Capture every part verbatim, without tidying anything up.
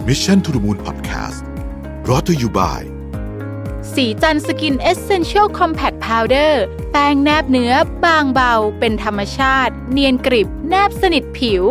Mission to the Moon Podcast brought to you by สีจันทร์สกินเอสเซนเชียลคอมแพคพาวเดอร์แป้งแนบเนื้อบางเบาเป็นธรรมชาติเนียนกริบแนบสนิทผิว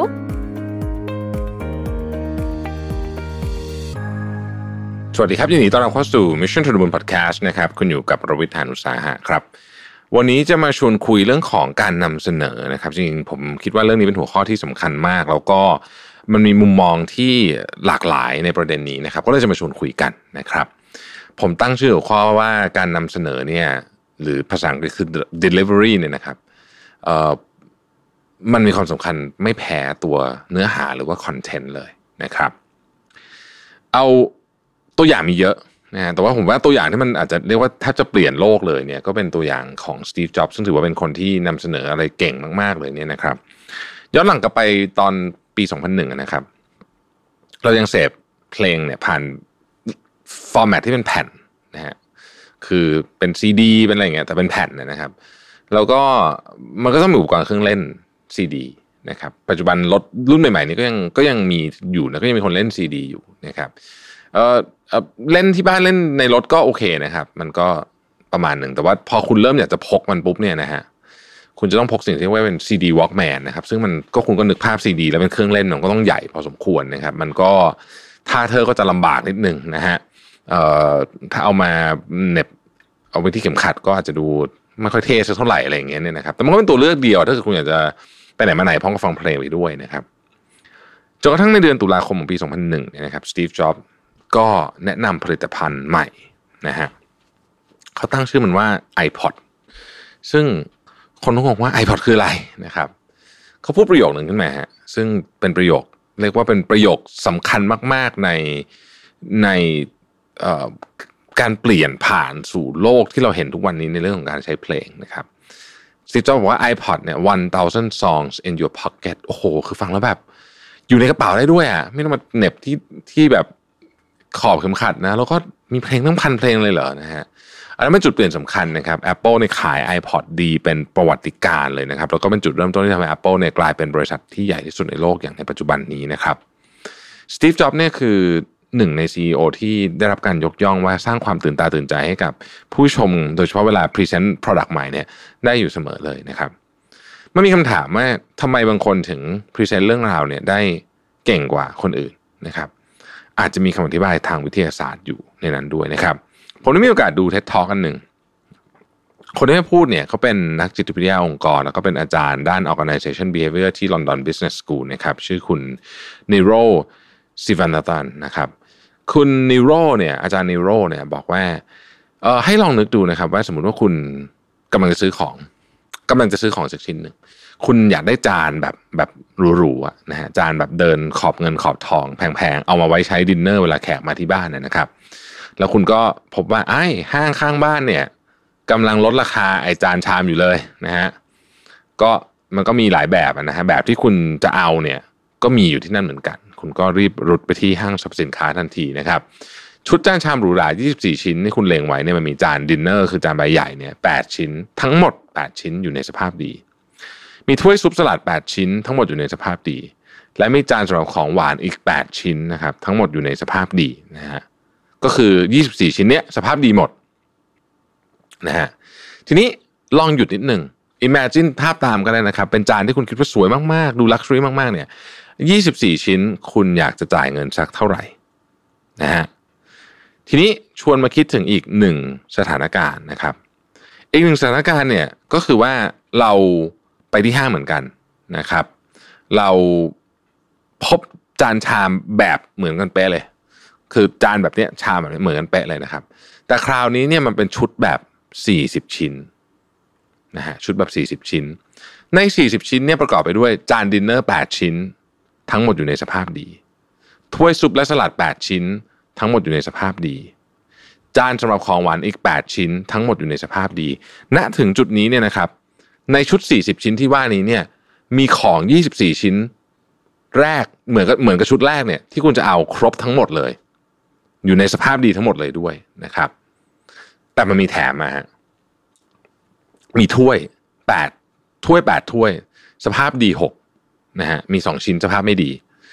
สวัสดีครับยินดีต้อนรับเข้าสู่ Mission to the Moon Podcast นะครับคุณอยู่กับรวิทย์ หาญอุตสาหะครับวันนี้จะมาชวนคุยเรื่องของการนำเสนอนะครับจริงๆผมคิดว่าเรื่องนี้เป็นหัวข้อที่สำคัญมากแล้วก็มันมีมุมมองที่หลากหลายในประเด็นนี้นะครับก็เลยจะมาชวนคุยกันนะครับผมตั้งชื่อหัวข้อว่าการนำเสนอเนี่ยหรือภาษาอังกฤษคือ delivery เนี่ยนะครับเอ่อมันมีความสำคัญไม่แพ้ตัวเนื้อหาหรือว่าคอนเทนต์เลยนะครับเอาตัวอย่างมีเยอะนะฮะแต่ว่าผมว่าตัวอย่างที่มันอาจจะเรียกว่าถ้าจะเปลี่ยนโลกเลยเนี่ยก็เป็นตัวอย่างของสตีฟ จ็อบส์ซึ่งถือว่าเป็นคนที่นำเสนออะไรเก่งมากๆเลยเนี่ยนะครับย้อนหลังกลับไปตอนปีสองพันหนึ่งนะครับเรายังเสพเพลงเนี่ยผ่านฟอร์แมตที่เป็นแผ่นนะฮะคือเป็นซีดีเป็นอะไรอย่างเงี้ยแต่เป็นแผ่นนะครับแล้วก็มันก็ต้องมีอุปกรณ์เครื่องเล่นซีดีนะครับปัจจุบันรถรุ่นใหม่ๆนี้ก็ยังก็ยังมีอยู่นะก็ยังมีคนเล่นซีดีอยู่นะครับเออเล่นที่บ้านเล่นในรถก็โอเคนะครับมันก็ประมาณหนึ่งแต่ว่าพอคุณเริ่มอยากจะพกมันปุ๊บเนี่ยนะฮะคุณจะต้องพกสิ่งที่เรียกว่าเป็น ซี ดี Walkman นะครับซึ่งมันก็คุณก็นึกภาพ ซี ดี แล้วเป็นเครื่องเล่นมันก็ต้องใหญ่พอสมควรนะครับมันก็ท่าเธอก็จะลำบากนิดนึงนะฮะเอ่อถ้าเอามาเน็บเอาไว้ที่เข็มขัดก็อาจจะดูไม่ค่อยเท่สักเท่าไหร่อะไรอย่างเงี้ยเนี่ยนะครับแต่มันก็เป็นตัวเลือกเดียวถ้าเกิดคุณอยากจะไปไหนมาไหนพร้อมกับฟังเพลงไปด้วยนะครับจนกระทั่งในเดือนตุลาคมของปีสองพันหนึ่งเนี่ยนะครับสตีฟ จ็อบส์ก็แนะนำผลิตภัณฑ์ใหม่นะฮะเขาตั้งชื่อมันว่า iPod ซึ่งคนต้องงงว่า iPod คืออะไรนะครับเขาพูดประโยคหนึ่งขึ้นมาฮะซึ่งเป็นประโยคเรียกว่าเป็นประโยคสำคัญมากๆในในการเปลี่ยนผ่านสู่โลกที่เราเห็นทุกวันนี้ในเรื่องของการใช้เพลงนะครับสตีฟ จ็อบส์บอกว่า iPod เนี่ย one thousand songs in your pocket โอ้โหคือฟังแล้วแบบอยู่ในกระเป๋าได้ด้วยอ่ะไม่ต้องมาเหน็บที่ที่แบบขอบเข็มขัดนะแล้วก็มีเพลงตั้งพันเพลงเลยเหรอนะฮะอันนั้นเป็นจุดเปลี่ยนสำคัญนะครับ Apple เนี่ยขาย iPod ดีเป็นประวัติการณ์เลยนะครับแล้วก็เป็นจุดเริ่มต้นที่ทำให้ Apple เนี่ยกลายเป็นบริษัทที่ใหญ่ที่สุดในโลกอย่างในปัจจุบันนี้นะครับสตีฟ จ็อบส์เนี่ยคือหนึ่งใน ซี อี โอ ที่ได้รับการยกย่องว่าสร้างความตื่นตาตื่นใจให้กับผู้ชมโดยเฉพาะเวลาพรีเซนต์ product ใหม่เนี่ยได้อยู่เสมอเลยนะครับมันมีคำถามว่าทำไมบางคนถึงพรีเซนต์เรื่องราวเนี่ยได้เก่งกว่าคนอื่นนะครับอาจจะมีคำอธิบายทางวิทยาศาสตร์อยู่ในนั้นด้วยนะครับผมได้มีโอกาสดู ที อี ดี Talk อันหนึ่งคนที่พูดเนี่ยเขาเป็นนักจิตวิทยาองค์กรแล้วก็เป็นอาจารย์ด้าน Organization Behavior ที่ London Business School นะครับชื่อคุณ Niro Sivanathan นะครับคุณ Niro เนี่ยอาจารย์ Niro เนี่ยบอกว่าเอ่อให้ลองนึกดูนะครับว่าสมมุติว่าคุณกำลังจะซื้อของกำลังจะซื้อของสักชิ้นนึงคุณอยากได้จานแบบแบบหรูๆอ่ะนะฮะจานแบบเดินขอบเงินขอบทองแพงๆเอามาไว้ใช้ดินเนอร์เวลาแขกมาที่บ้านเนี่ยนะครับแล้วคุณก็พบว่าไอ้ห้างข้างบ้านเนี่ยกำลังลดราคาไอ้จานชามอยู่เลยนะฮะก็มันก็มีหลายแบบนะฮะแบบที่คุณจะเอาเนี่ยก็มีอยู่ที่นั่นเหมือนกันคุณก็รีบรุดไปที่ห้างสรรพสินค้าทันทีนะครับชุดจานชามหรูหรายี่สิบสี่ชิ้นที่คุณเล็งไว้เนี่ยมันมีจานดินเนอร์คือจานใบใหญ่เนี่ยแปดชิ้นทั้งหมดแปดชิ้นอยู่ในสภาพดีมีถ้วยซุปสลัดแปดชิ้นทั้งหมดอยู่ในสภาพดีและมีจานสำหรับของหวานอีกแปดชิ้นนะครับทั้งหมดอยู่ในสภาพดีนะฮะก็คือยี่สิบสี่ชิ้นเนี้ยสภาพดีหมดนะฮะทีนี้ลองหยุดนิดนึง imagine ภาพตามก็ได้นะครับเป็นจานที่คุณคิดว่าสวยมากๆดู luxury มากๆเนี่ยยี่สิบสี่ชิ้นคุณอยากจะจ่ายเงินสักเท่าไหร่นะฮะทีนี้ชวนมาคิดถึงอีกหนึ่งสถานการณ์นะครับอีกหนึ่งสถานการณ์เนี่ยก็คือว่าเราไปที่ห้างเหมือนกันนะครับเราพบจานชามแบบเหมือนกันเป๊ะเลยคือจานแบบเนี้ยชามแบบนี้เหมือนกันเป๊ะเลยนะครับแต่คราวนี้เนี่ยมันเป็นชุดแบบสี่สิบชิ้นนะฮะชุดแบบสี่สิบชิ้นในสี่สิบชิ้นเนี่ยประกอบไปด้วยจานดินเนอร์แปดชิ้นทั้งหมดอยู่ในสภาพดีถ้วยซุปและสลัดแปดชิ้นทั้งหมดอยู่ในสภาพดีจานสำหรับของหวานอีกแปดชิ้นทั้งหมดอยู่ในสภาพดีณถึงจุดนี้เนี่ยนะครับในชุดสี่สิบชิ้นที่ว่านี้เนี่ยมีของยี่สิบสี่ชิ้นแรกเหมือนกับเหมือนกับชุดแรกเนี่ยที่คุณจะเอาครบทั้งหมดเลยอยู่ในสภาพดีทั้งหมดเลยด้วยนะครับแต่มันมีแถมมาฮะมีถ้วยแปดถ้วยแปดถ้วยสภาพดีหกนะฮะมีสองชิ้นสภาพไม่ดี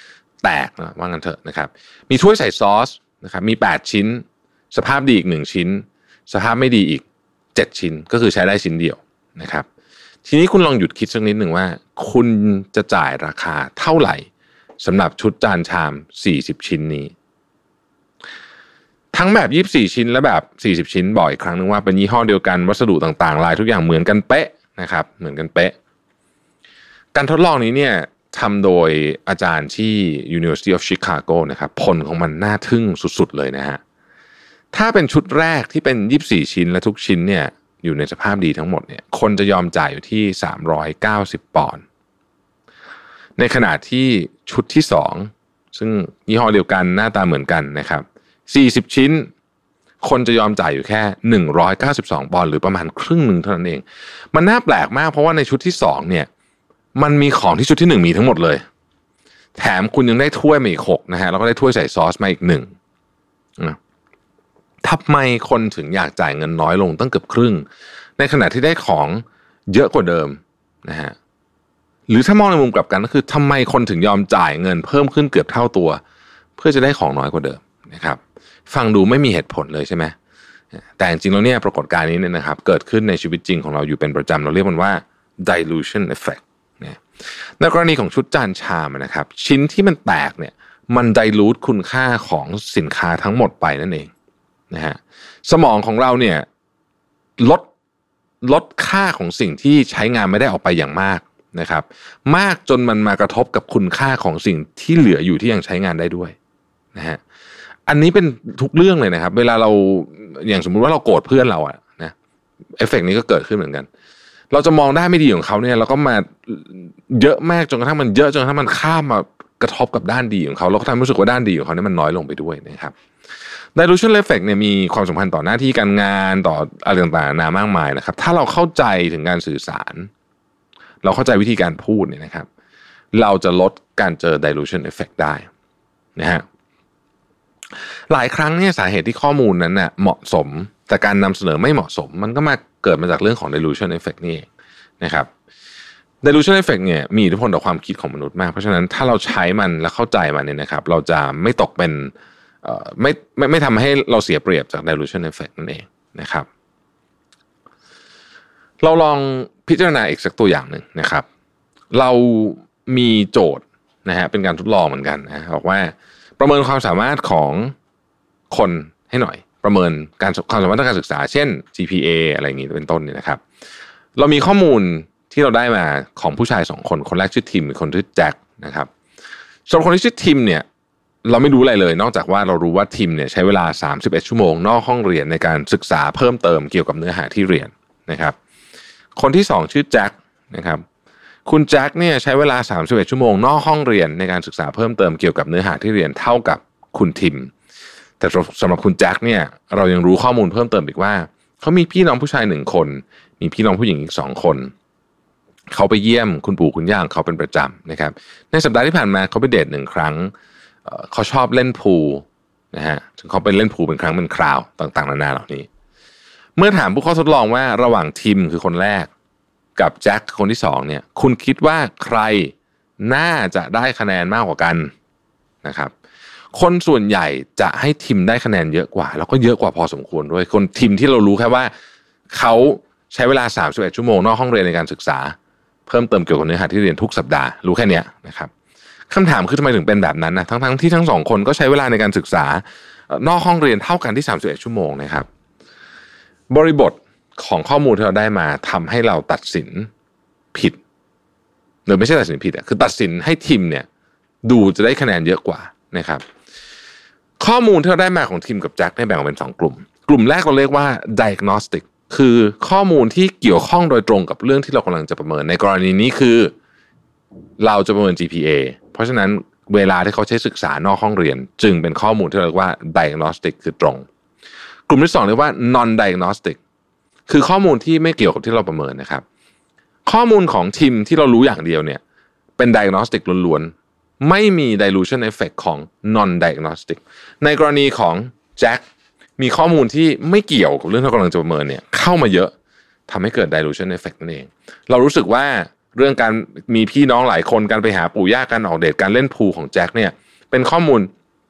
แตกนะว่างั้นเถอะนะครับมีถ้วยใส่ซอสนะครับมีแปดชิ้นสภาพดีอีกหนึ่งชิ้นสภาพไม่ดีอีกเจ็ดชิ้นก็คือใช้ได้ชิ้นเดียวนะครับทีนี้คุณลองหยุดคิดสักนิดหนึ่งว่าคุณจะจ่ายราคาเท่าไหร่สำหรับชุดจานชามสี่สิบชิ้นนี้ทั้งแบบยี่สิบสี่ชิ้นและแบบสี่สิบชิ้นบอกอีกครั้งนึงว่าเป็นยี่ห้อเดียวกันวัสดุต่างๆลายทุกอย่างเหมือนกันเป๊ะนะครับเหมือนกันเป๊ะการทดลองนี้เนี่ยทำโดยอาจารย์ที่ University of Chicago นะครับผลของมันน่าทึ่งสุดๆเลยนะฮะถ้าเป็นชุดแรกที่เป็นยี่สิบสี่ชิ้นและทุกชิ้นเนี่ยอยู่ในสภาพดีทั้งหมดเนี่ยคนจะยอมจ่ายอยู่ที่สามร้อยเก้าสิบปอนด์ในขณะที่ชุดที่สองซึ่งยี่ห้อเดียวกันหน้าตาเหมือนกันนะครับสี่สิบชิ้นคนจะยอมจ่ายอยู่แค่หนึ่งร้อยเก้าสิบสองปอนด์หรือประมาณครึ่งนึงเท่านั้นเองมันน่าแปลกมากเพราะว่าในชุดที่สองเนี่ยมันมีของที่ชุดที่หนึ่งมีทั้งหมดเลยแถมคุณยังได้ถ้วยมาอีกหกนะฮะแล้วก็ได้ถ้วยใส่ซอสมาอีกหนึ่งนะทำไมคนถึงอยากจ่ายเงินน้อยลงตั้งเกือบครึ่งในขณะที่ได้ของเยอะกว่าเดิมนะฮะหรือถ้ามองในมุมกลับกันก็คือทำไมคนถึงยอมจ่ายเงินเพิ่มขึ้นเกือบเท่าตัวเพื่อจะได้ของน้อยกว่าเดิมนะครับฟังดูไม่มีเหตุผลเลยใช่ไหมแต่จริงๆแล้วเนี่ยปรากฏการณ์นี้เนี่ยนะครับเกิดขึ้นในชีวิตจริงของเราอยู่เป็นประจำเราเรียกมันว่า dilution effect เนี่ยในกรณีของชุดจานชามนะครับชิ้นที่มันแตกเนี่ยมัน dilute คุณค่าของสินค้าทั้งหมดไปนั่นเองนะฮะสมองของเราเนี่ยลดลดค่าของสิ่งที่ใช้งานไม่ได้ออกไปอย่างมากนะครับมากจนมันมากระทบกับคุณค่าของสิ่งที่เหลืออยู่ที่ยังใช้งานได้ด้วยนะฮะอันนี้เป็นทุกเรื่องเลยนะครับเวลาเราอย่างสมมุติว่าเราโกรธเพื่อนเราอะนะเอฟเฟกต์นี้ก็เกิดขึ้นเหมือนกันเราจะมองได้ไม่ดีของเขาเนี่ยเราก็มาเยอะมากจนกระทั่งมันเยอะจนกระทั่งมันข้ามมากระทบกับด้านดีของเขาเราก็ทำให้รู้สึกว่าด้านดีของเขาเนี่ยมันน้อยลงไปด้วยนะครับdilution effect เนี่ยมีความสัมพันธ์ต่อหน้าที่การงานต่ออะไรต่างๆนามากมายนะครับถ้าเราเข้าใจถึงการสื่อสารเราเข้าใจวิธีการพูดเนี่ยนะครับเราจะลดการเจอ dilution effect ได้นะฮะหลายครั้งเนี่ยสาเหตุที่ข้อมูลนั้นน่ะเหมาะสมแต่การนำเสนอไม่เหมาะสมมันก็มาเกิดมาจากเรื่องของ dilution effect นี่เองนะครับ dilution effect เนี่ยมีอิทธิพลต่อความคิดของมนุษย์มากเพราะฉะนั้นถ้าเราใช้มันและเข้าใจมันเนี่ยนะครับเราจะไม่ตกเป็นเอ่อไม่ไม่ไม่ทำให้เราเสียเปรียบจาก dilution effect นั่นเองนะครับเราลองพิจารณาอีกสักตัวอย่างหนึ่งนะครับเรามีโจทย์นะฮะเป็นการทดลองเหมือนกันนะบอกว่าประเมินความสามารถของคนให้หน่อยประเมินการความสามารถทางการศึกษาเช่น จี พี เอ อะไรอย่างนี้เป็นต้นเนี่ยนะครับเรามีข้อมูลที่เราได้มาของผู้ชายสองคนคนแรกชื่อทิมอีกคนชื่อแจ็คนะครับส่วนคนที่ชื่อทิมเนี่ยเราไม่รู้อะไรเลยนอกจากว่าเรารู้ว่าทิมเนี่ยใช้เวลาสามสิบเอ็ดชั่วโมงนอกห้องเรียนในการศึกษาเพิ่มเติมเกี่ยวกับเนื้อหาที่เรียนนะครับคนที่สองชื่อแจ็คนะครับคุณแจ็คเนี่ยใช้เวลาสามสิบเอ็ดชั่วโมงนอกห้องเรียนในการศึกษาเพิ่มเติมเกี่ยวกับเนื้อหาที่เรียนเท่ากับคุณทิมแต่สำหรับคุณแจ็คเนี่ยเรายังรู้ข้อมูลเพิ่มเติมอีกว่าเขามีพี่น้องผู้ชายหนึ่งคนมีพี่น้องผู้หญิงอีกสองคนเขาไปเยี่ยมคุณปู่คุณย่าของเขาเป็นประจำนะครับในสัปดาห์ที่ผ่านมาเขาไปเดทหนึ่งครั้งเขาชอบเล่นพูลนะฮะถึงเขาไปเล่นพูลเป็นครั้งเป็นคราวต่างๆนานาเหล่านี้เมื่อถามผู้เข้าทดลองว่าระหว่างทิมคือคนแรกกับแจ็คคนที่สองเนี่ยคุณคิดว่าใครน่าจะได้คะแนนมากกว่ากันนะครับคนส่วนใหญ่จะให้ทิมได้คะแนนเยอะกว่าแล้วก็เยอะกว่าพอสมควรด้วยคนทิมที่เรารู้แค่ว่าเขาใช้เวลาสามสิบเอ็ดชั่วโมงนอกห้องเรียนในการศึกษาเพิ่มเติมเกี่ยวกับเนื้อหาที่เรียนทุกสัปดาห์รู้แค่นี้นะครับคำถามคือทำไมถึงเป็นแบบนั้นนะทั้งๆที่ทั้งสองคนก็ใช้เวลาในการศึกษานอกห้องเรียนเท่ากันที่สามสิบเอ็ดชั่วโมงนะครับบริบทของข้อมูลที่เราได้มาทำให้เราตัดสินผิดหรือไม่ใช่ตัดสินผิดอ่ะคือตัดสินให้ทีมเนี่ยดูจะได้คะแนนเยอะกว่านะครับข้อมูลที่เราได้มาของทีมกับแจ็คเนี่ยแบ่งออกเป็นสองกลุ่มกลุ่มแรกเราเรียกว่า diagnostic คือข้อมูลที่เกี่ยวข้องโดยตรงกับเรื่องที่เรากำลังจะประเมินในกรณีนี้คือเราจะประเมิน จี พี เอ เพราะฉะนั้นเวลาที่เขาใช้ศึกษานอกห้องเรียนจึงเป็นข้อมูลที่เราเรียกว่า diagnostic คือตรงกลุ่มที่สองเรียกว่า non diagnostic คือข้อมูลที่ไม่เกี่ยวกับที่เราประเมินนะครับข้อมูลของทีมที่เรารู้อย่างเดียวเนี่ยเป็น diagnostic ล้วนๆไม่มี dilution effect ของ non diagnostic ในกรณีของแจ็คมีข้อมูลที่ไม่เกี่ยวกับเรื่องที่เรากำลังจะประเมินเนี่ยเข้ามาเยอะทำให้เกิด dilution effect นั่นเองเรารู้สึกว่าเรื่องการมีพี่น้องหลายคนการไปหาปู่ย่าการออกเดทการเล่นพูลของแจ็คเนี่ยเป็นข้อมูล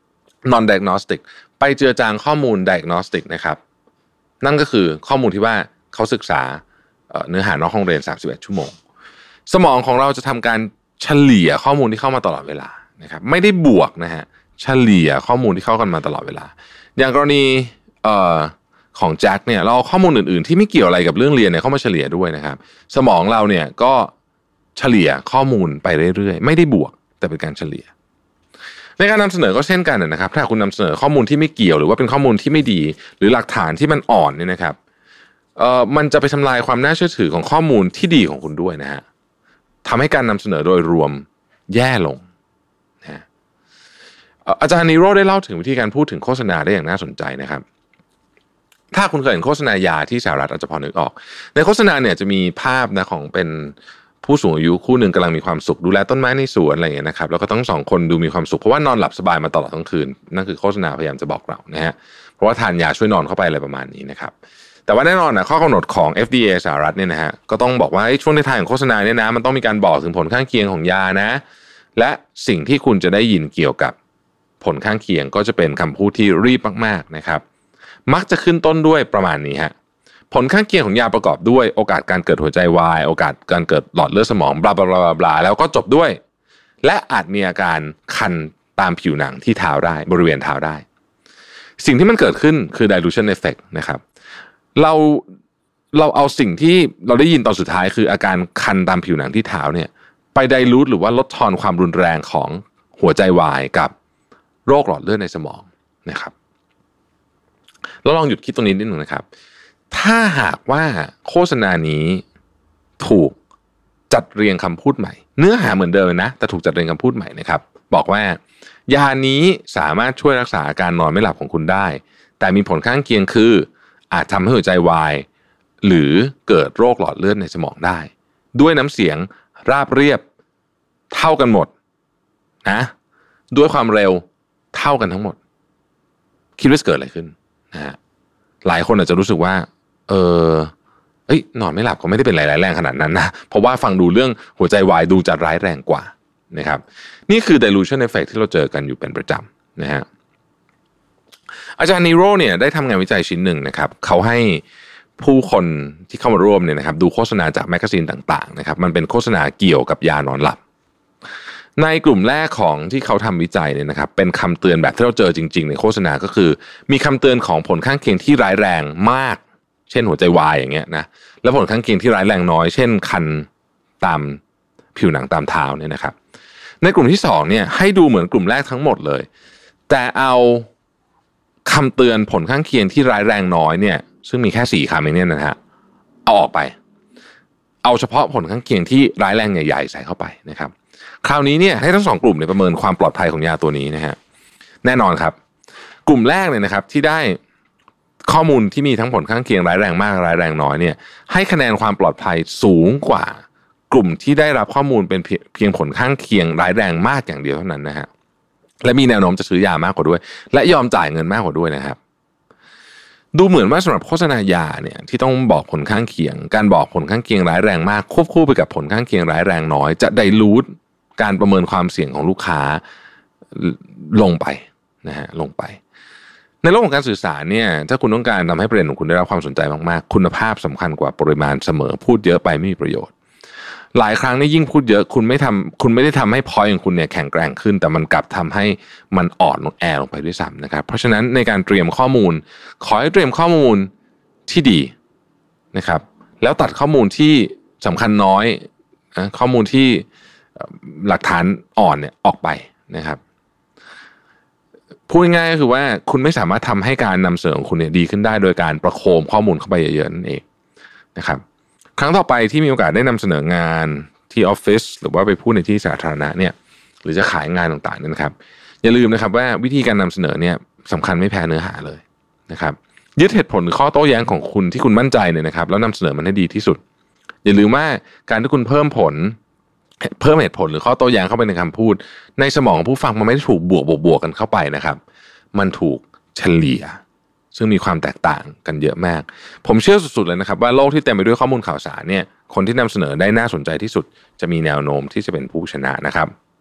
non diagnostic ไปเจือจางข้อมูล diagnostic นะครับนั่นก็คือข้อมูลที่ว่าเขาศึกษาเนื้อหานอกห้องเรียนสามสิบเอ็ดชั่วโมงสมองของเราจะทำการเฉลี่ยข้อมูลที่เข้ามาตลอดเวลานะครับไม่ได้บวกนะฮะเฉลี่ยข้อมูลที่เข้ากันมาตลอดเวลาอย่างกรณีเอ่อของแจ็คเนี่ยเราเอาข้อมูลอื่นๆที่ไม่เกี่ยวอะไรกับเรื่องเรียนเนี่ยเข้ามาเฉลี่ยด้วยนะครับสมองเราเนี่ยก็เฉลี่ยข้อมูลไปเรื่อยๆไม่ได้บวกแต่เป็นการเฉลี่ยในการนำเสนอก็เช่นกันนะครับถ้าคุณนำเสนอข้อมูลที่ไม่เกี่ยวหรือว่าเป็นข้อมูลที่ไม่ดีหรือหลักฐานที่มันอ่อนเนี่ยนะครับเอ่อมันจะไปทำลายความน่าเชื่อถือของข้อมูลที่ดีของคุณด้วยนะฮะทำให้การนำเสนอโดยรวมแย่ลงนะอาจารย์นีโร่ได้เล่าถึงวิธีการพูดถึงโฆษณาได้อย่างน่าสนใจนะครับถ้าคุณเคยเห็นโฆษณายาที่สหรัฐอาจจะพอนึกออกในโฆษณาเนี่ยจะมีภาพนะของเป็นผู้สูงอายุคู่หนึ่งกำลังมีความสุขดูแลต้นไม้ในสวนอะไรอย่างเงี้ยนะครับแล้วก็ทั้งสองคนดูมีความสุขเพราะว่านอนหลับสบายมาตลอดทั้งคืนนั่นคือโฆษณาพยายามจะบอกเรานะฮะเพราะว่าทานยาช่วยนอนเข้าไปอะไรประมาณนี้นะครับแต่ว่าแน่นอนนะข้อกำหนดของ เอฟ ดี เอ สหรัฐเนี่ยนะฮะก็ต้องบอกว่าช่วงท้ายของโฆษณาเนี่ยนะมันต้องมีการบอกถึงผลข้างเคียงของยานะและสิ่งที่คุณจะได้ยินเกี่ยวกับผลข้างเคียงก็จะเป็นคำพูดที่รีบมากๆนะครับมักจะขึ้นต้นด้วยประมาณนี้ฮะผลข้างเคียงของยาประกอบด้วยโอกาสการเกิดหัวใจวายโอกาสการเกิดหลอดเลือดสมองบลาบลาบลาบลาแล้วก็จบด้วยและอาจมีอาการคันตามผิวหนังที่เท้าได้บริเวณเท้าได้สิ่งที่มันเกิดขึ้นคือ dilution effect นะครับเราเราเอาสิ่งที่เราได้ยินตอนสุดท้ายคืออาการคันตามผิวหนังที่เท้าเนี่ยไป dilute หรือว่าลดทอนความรุนแรงของหัวใจวายกับโรคหลอดเลือดในสมองนะครับแล้วลองหยุดคิดตรงนี้นิดหนึ่งนะครับถ้าหากว่าโฆษณานี้ถูกจัดเรียงคำพูดใหม่เนื้อหาเหมือนเดิมนะแต่ถูกจัดเรียงคำพูดใหม่นะครับบอกว่ายานี้สามารถช่วยรักษาอาการนอนไม่หลับของคุณได้แต่มีผลข้างเคียงคืออาจทำให้หัวใจวายหรือเกิดโรคหลอดเลือดในสมองได้ด้วยน้ำเสียงราบเรียบเท่ากันหมดนะด้วยความเร็วเท่ากันทั้งหมดคิดว่าเกิดอะไรขึ้นนะฮะหลายคนอาจจะรู้สึกว่าเออเอ้ยนอนไม่หลับก็ไม่ได้เป็นหลายๆแรงขนาดนั้นนะเพราะว่าฟังดูเรื่องหัวใจวายดูจะร้ายแรงกว่านะครับนี่คือ dilution effect ที่เราเจอกันอยู่เป็นประจำนะฮะอาจารย์นีโร่เนี่ยได้ทำงานวิจัยชิ้นหนึ่งนะครับเขาให้ผู้คนที่เข้ามาร่วมเนี่ยนะครับดูโฆษณาจากแมกกาซีนต่างๆนะครับมันเป็นโฆษณาเกี่ยวกับยานอนหลับในกลุ่มแรกของที่เขาทำวิจัยเนี่ยนะครับเป็นคำเตือนแบบที่เราเจอจริงๆในโฆษณาก็คือมีคำเตือนของผลข้างเคียงที่ร้ายแรงมากเช่นหัวใจวายอย่างเงี้ยนะและผลข้างเคียงที่ร้ายแรงน้อยเช่นคันตามผิวหนังตามเท้าเนี่ยนะครับในกลุ่มที่สองเนี่ยให้ดูเหมือนกลุ่มแรกทั้งหมดเลยแต่เอาคำเตือนผลข้างเคียงที่ร้ายแรงน้อยเนี่ยซึ่งมีแค่สี่คำเองเนี่ยนะฮะเอาออกไปเอาเฉพาะผลข้างเคียงที่ร้ายแรงใหญ่ๆใส่เข้าไปนะครับคราวนี้เนี่ยให้ทั้งสองกลุ่มเนี่ยประเมินความปลอดภัยของยาตัวนี้นะฮะแน่นอนครับกลุ่มแรกเนี่ยนะครับที่ได้ข้อมูลที่มีทั้งผลข้างเคียงร้ายแรงมากร้ายแรงน้อยเนี่ยให้คะแนนความปลอดภัยสูงกว่ากลุ่มที่ได้รับข้อมูลเป็นเพียงผลข้างเคียงร้ายแรงมากอย่างเดียวเท่านั้นนะฮะและมีแนวโน้มจะซื้อยามากกว่าด้วยและยอมจ่ายเงินมากกว่าด้วยนะครับดูเหมือนว่าสำหรับโฆษณายาเนี่ยที่ต้องบอกผลข้างเคียงการบอกผลข้างเคียงร้ายแรงมากควบคู่ไปกับผลข้างเคียงร้ายแรงน้อยจะไดลูทการประเมินความเสี่ยงของลูกค้าลงไปนะฮะลงไปในโลกของการสื่อสารเนี่ยถ้าคุณต้องการทำให้ประเด็นของคุณได้รับความสนใจมากๆคุณภาพสำคัญกว่าปริมาณเสมอพูดเยอะไปไม่มีประโยชน์หลายครั้งนี่ยิ่งพูดเยอะคุณไม่ทำคุณไม่ได้ทำให้พอยต์ของคุณเนี่ยแข็งแกร่งขึ้นแต่มันกลับทำให้มันอ่อนลงแอลงไปด้วยซ้ำนะครับเพราะฉะนั้นในการเตรียมข้อมูลขอให้เตรียมข้อมูลที่ดีนะครับแล้วตัดข้อมูลที่สำคัญน้อยข้อมูลที่หลักฐานอ่อนเนี่ยออกไปนะครับพูดง่ายๆก็คือว่าคุณไม่สามารถทำให้การนำเสนอของคุณเนี่ยดีขึ้นได้โดยการประโคมข้อมูลเข้าไปเยอะๆนั่นเองนะครับครั้งต่อไปที่มีโอกาสได้นำเสนองานที่ออฟฟิศหรือว่าไปพูดในที่สาธารณะเนี่ยหรือจะขายงานต่างๆเนี่ยนะครับอย่าลืมนะครับว่าวิธีการนำเสนอเนี่ยสำคัญไม่แพ้เนื้อหาเลยนะครับยึดเหตุผลหรือข้อโต้แย้งของคุณที่คุณมั่นใจเนี่ยนะครับแล้วนำเสนอมันให้ดีที่สุดอย่าลืมว่าการที่คุณเพิ่มผลเพิ่มเหตุผลหรือข้อโต้แย้งเข้าไปในคำพูดในสมองของผู้ฟังมันไม่ได้ถูกบวกบวกกันเข้าไปนะครับมันถูกเฉลี่ยซึ่งมีความแตกต่างกันเยอะมากผมเชื่อสุดๆเลยนะครับว่าโลกที่เต็มไปด้วยข้อมูลข่าวสารเนี่ยคนที่นำเสนอได้น่าสนใจที่สุดจะมีแนวโน้มที่จะเป็นผู้ชนะนะครับ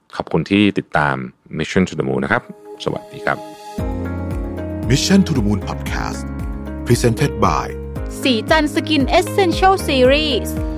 ขอบคุณที่ติดตาม Mission to the Moon นะครับสวัสดีครับ Mission to the Moon Podcast Presented by สีจันทร์สกินเอสเซนเชียลซีรีส์